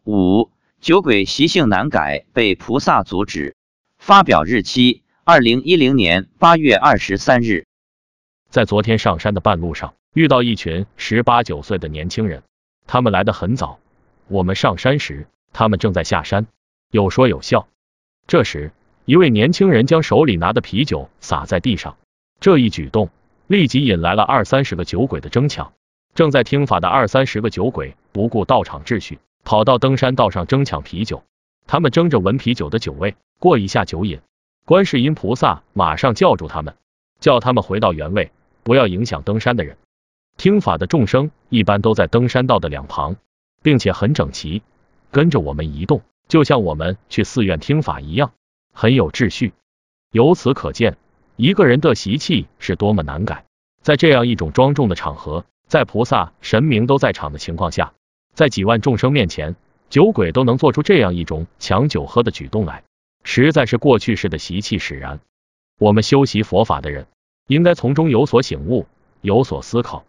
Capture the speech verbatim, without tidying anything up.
五、酒鬼习性难改，被菩萨阻止。发表日期：二零一零年八月二十三日。 在昨天上山的半路上，遇到一群十八九岁的年轻人，他们来得很早。我们上山时，他们正在下山，有说有笑。这时，一位年轻人将手里拿的啤酒洒在地上，这一举动立即引来了二三十个酒鬼的争抢。正在听法的二三十个酒鬼不顾道场秩序，跑到登山道上争抢啤酒。他们争着闻啤酒的酒味，过一下酒瘾。观世音菩萨马上叫住他们，叫他们回到原位，不要影响登山的人。听法的众生一般都在登山道的两旁，并且很整齐，跟着我们移动，就像我们去寺院听法一样，很有秩序。由此可见，一个人的习气是多么难改。在这样一种庄重的场合，在菩萨神明都在场的情况下，在几万众生面前，酒鬼都能做出这样一种抢酒喝的举动来，实在是过去式的习气使然。我们修习佛法的人，应该从中有所醒悟，有所思考。